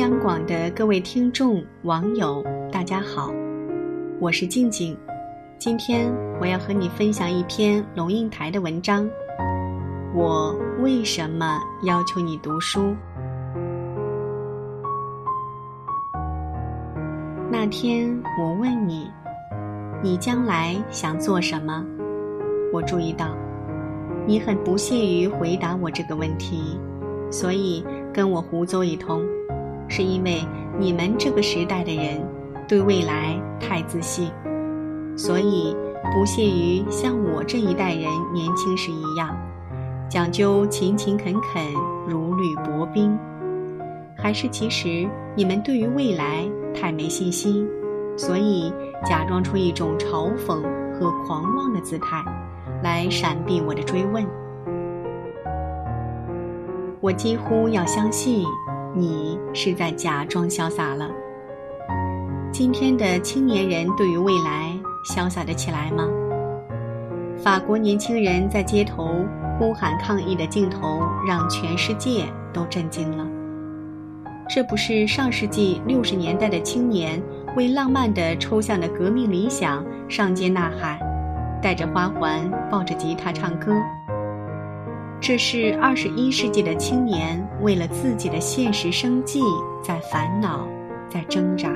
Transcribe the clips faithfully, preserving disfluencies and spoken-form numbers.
宽广的各位听众网友大家好，我是静静。今天我要和你分享一篇龙应台的文章，我为什么要求你读书。那天我问你，你将来想做什么？我注意到你很不屑于回答我这个问题，所以跟我胡诌一通，是因为你们这个时代的人对未来太自信，所以不屑于像我这一代人年轻时一样讲究勤勤恳恳如履薄冰，还是其实你们对于未来太没信心，所以假装出一种嘲讽和狂妄的姿态来闪避我的追问。我几乎要相信你是在假装潇洒了。今天的青年人对于未来潇洒得起来吗？法国年轻人在街头呼喊抗议的镜头让全世界都震惊了。这不是上世纪六十年代的青年为浪漫的抽象的革命理想上街呐喊，带着花环抱着吉他唱歌。这是二十一世纪的青年为了自己的现实生计在烦恼，在挣扎。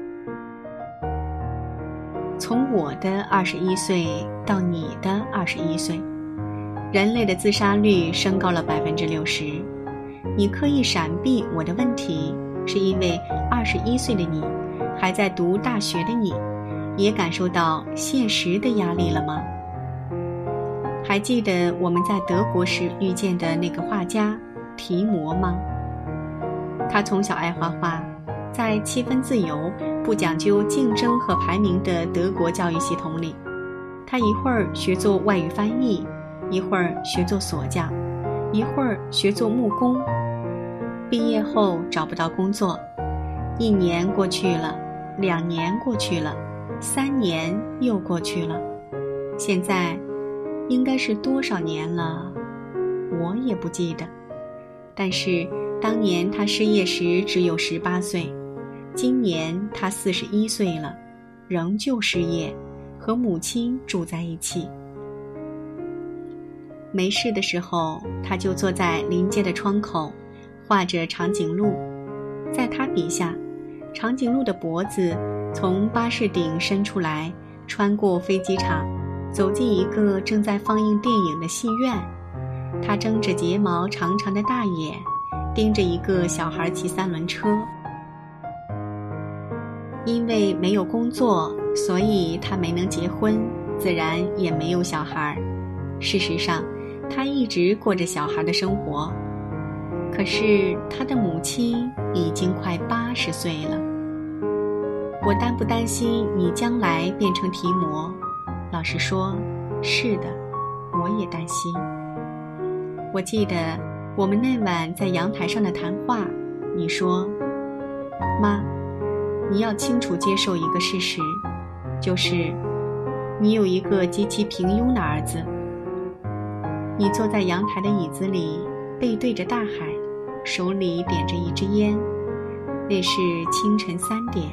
从我的二十一岁到你的二十一岁，人类的自杀率升高了百分之六十。你刻意闪避我的问题，是因为二十一岁的你，还在读大学的你，也感受到现实的压力了吗？还记得我们在德国时遇见的那个画家提摩吗？他从小爱画画，在七分自由、不讲究竞争和排名的德国教育系统里，他一会儿学做外语翻译，一会儿学做锁匠，一会儿学做木工。毕业后找不到工作，一年过去了，两年过去了，三年又过去了，现在应该是多少年了，我也不记得。但是当年他失业时只有十八岁，今年他四十一岁了，仍旧失业，和母亲住在一起。没事的时候，他就坐在临街的窗口，画着长颈鹿。在他笔下，长颈鹿的脖子从巴士顶伸出来，穿过飞机场，走进一个正在放映电影的戏院。他睁着睫毛长长的大眼，盯着一个小孩骑三轮车。因为没有工作，所以他没能结婚，自然也没有小孩。事实上，他一直过着小孩的生活。可是他的母亲已经快八十岁了。我担不担心你将来变成提摩？老实说，是的，我也担心。我记得我们那晚在阳台上的谈话，你说，妈，你要清楚接受一个事实，就是你有一个极其平庸的儿子。你坐在阳台的椅子里，背对着大海，手里点着一支烟，那是清晨三点。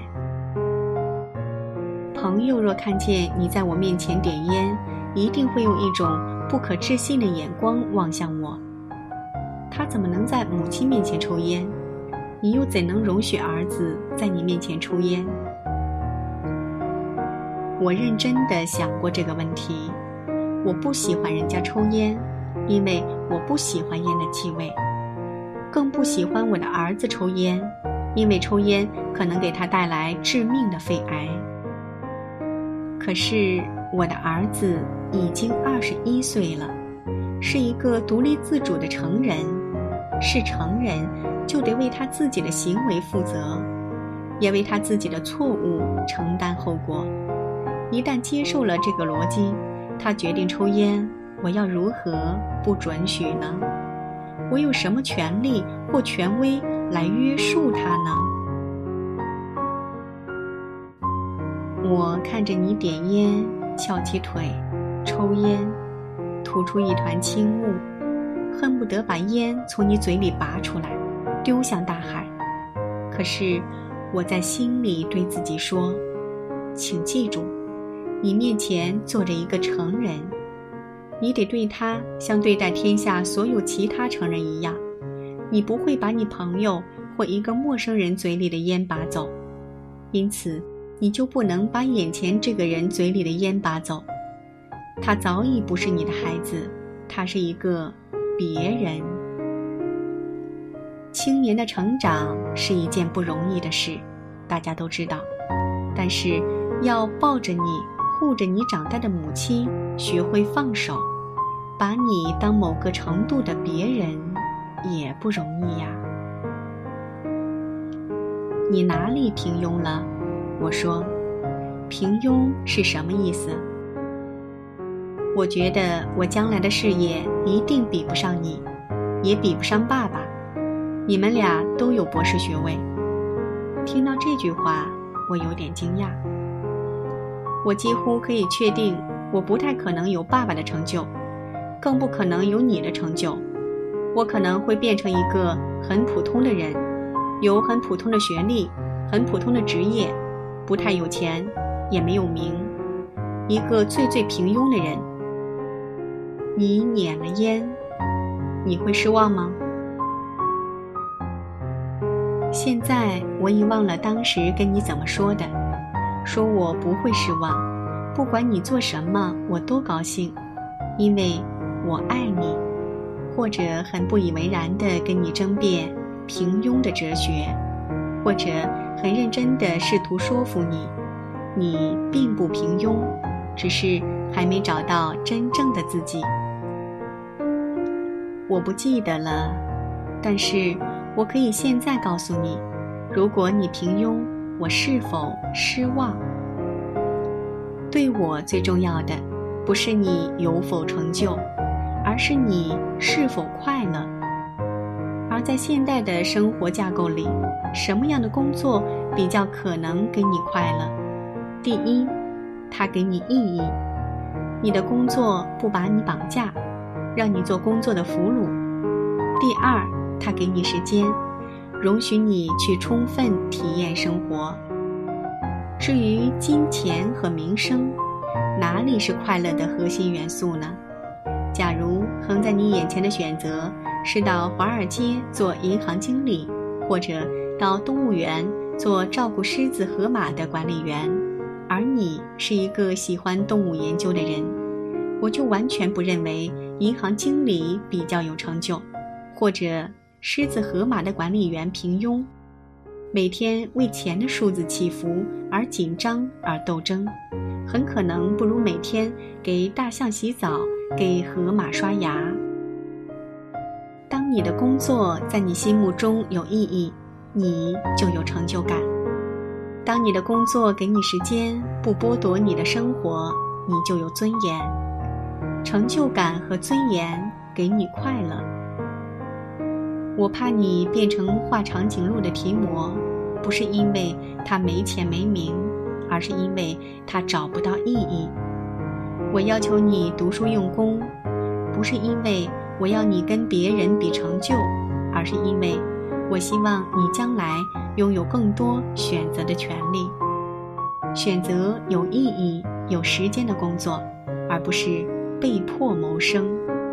朋友若看见你在我面前点烟，一定会用一种不可置信的眼光望向我。他怎么能在母亲面前抽烟？你又怎能容许儿子在你面前抽烟？我认真地想过这个问题。我不喜欢人家抽烟，因为我不喜欢烟的气味，更不喜欢我的儿子抽烟，因为抽烟可能给他带来致命的肺癌。可是我的儿子已经二十一岁了，是一个独立自主的成人，是成人就得为他自己的行为负责，也为他自己的错误承担后果。一旦接受了这个逻辑，他决定抽烟，我要如何不准许呢？我有什么权利或权威来约束他呢？我看着你点烟，翘起腿，抽烟，吐出一团轻雾，恨不得把烟从你嘴里拔出来，丢向大海。可可是我在心里对自己说，请记住，你面前坐着一个成人，你得对他像对待天下所有其他成人一样，你不会把你朋友或一个陌生人嘴里的烟拔走，因此你就不能把眼前这个人嘴里的烟拔走。他早已不是你的孩子，他是一个别人。青年的成长是一件不容易的事，大家都知道，但是要抱着你护着你长大的母亲学会放手，把你当某个程度的别人也不容易呀。你哪里平庸了？我说，平庸是什么意思？我觉得我将来的事业一定比不上你，也比不上爸爸，你们俩都有博士学位。听到这句话，我有点惊讶。我几乎可以确定，我不太可能有爸爸的成就，更不可能有你的成就。我可能会变成一个很普通的人，有很普通的学历，很普通的职业，不太有钱，也没有名，一个最最平庸的人。你捻了烟，你会失望吗？现在我已忘了当时跟你怎么说的，说我不会失望，不管你做什么我都高兴，因为我爱你，或者很不以为然地跟你争辩平庸的哲学，或者很认真地试图说服你，你并不平庸，只是还没找到真正的自己。我不记得了，但是我可以现在告诉你，如果你平庸，我是否失望？对我最重要的不是你有否成就，而是你是否快乐。而在现代的生活架构里，什么样的工作比较可能给你快乐？第一，它给你意义，你的工作不把你绑架，让你做工作的俘虏。第二，它给你时间，容许你去充分体验生活。至于金钱和名声，哪里是快乐的核心元素呢？假如横在你眼前的选择是到华尔街做银行经理，或者到动物园做照顾狮子河马的管理员，而你是一个喜欢动物研究的人，我就完全不认为银行经理比较有成就，或者狮子河马的管理员平庸，每天为钱的数字起伏而紧张而斗争，很可能不如每天给大象洗澡，给河马刷牙。当你的工作在你心目中有意义，你就有成就感。当你的工作给你时间，不剥夺你的生活，你就有尊严。成就感和尊严给你快乐。我怕你变成画长颈鹿的提摩，不是因为他没钱没名，而是因为他找不到意义。我要求你读书用功，不是因为我要你跟别人比成就，而是因为我希望你将来拥有更多选择的权利，选择有意义、有时间的工作，而不是被迫谋生。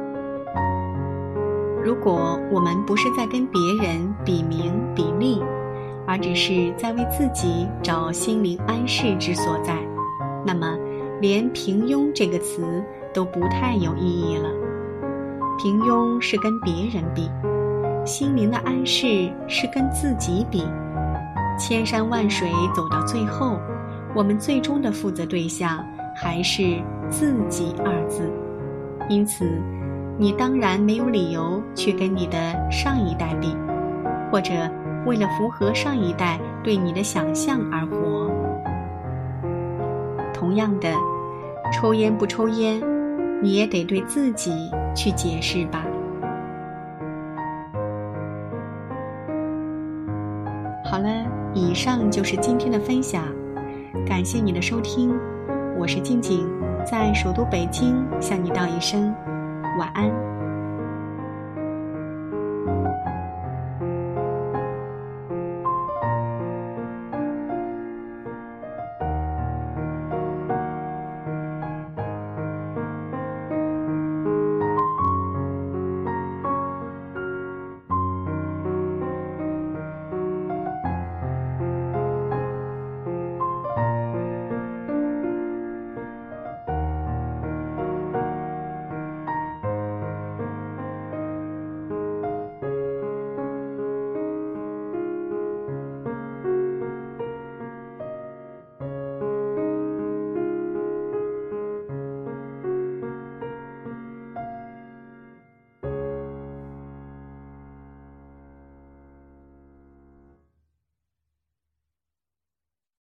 如果我们不是在跟别人比名比利，而只是在为自己找心灵安适之所在，那么连平庸这个词都不太有意义了。平庸是跟别人比，心灵的安适是跟自己比。千山万水走到最后，我们最终的负责对象还是自己二字。因此你当然没有理由去跟你的上一代比，或者为了符合上一代对你的想象而活。同样的，抽烟不抽烟，你也得对自己去解释吧。好了，以上就是今天的分享，感谢你的收听，我是静静，在首都北京向你道一声晚安。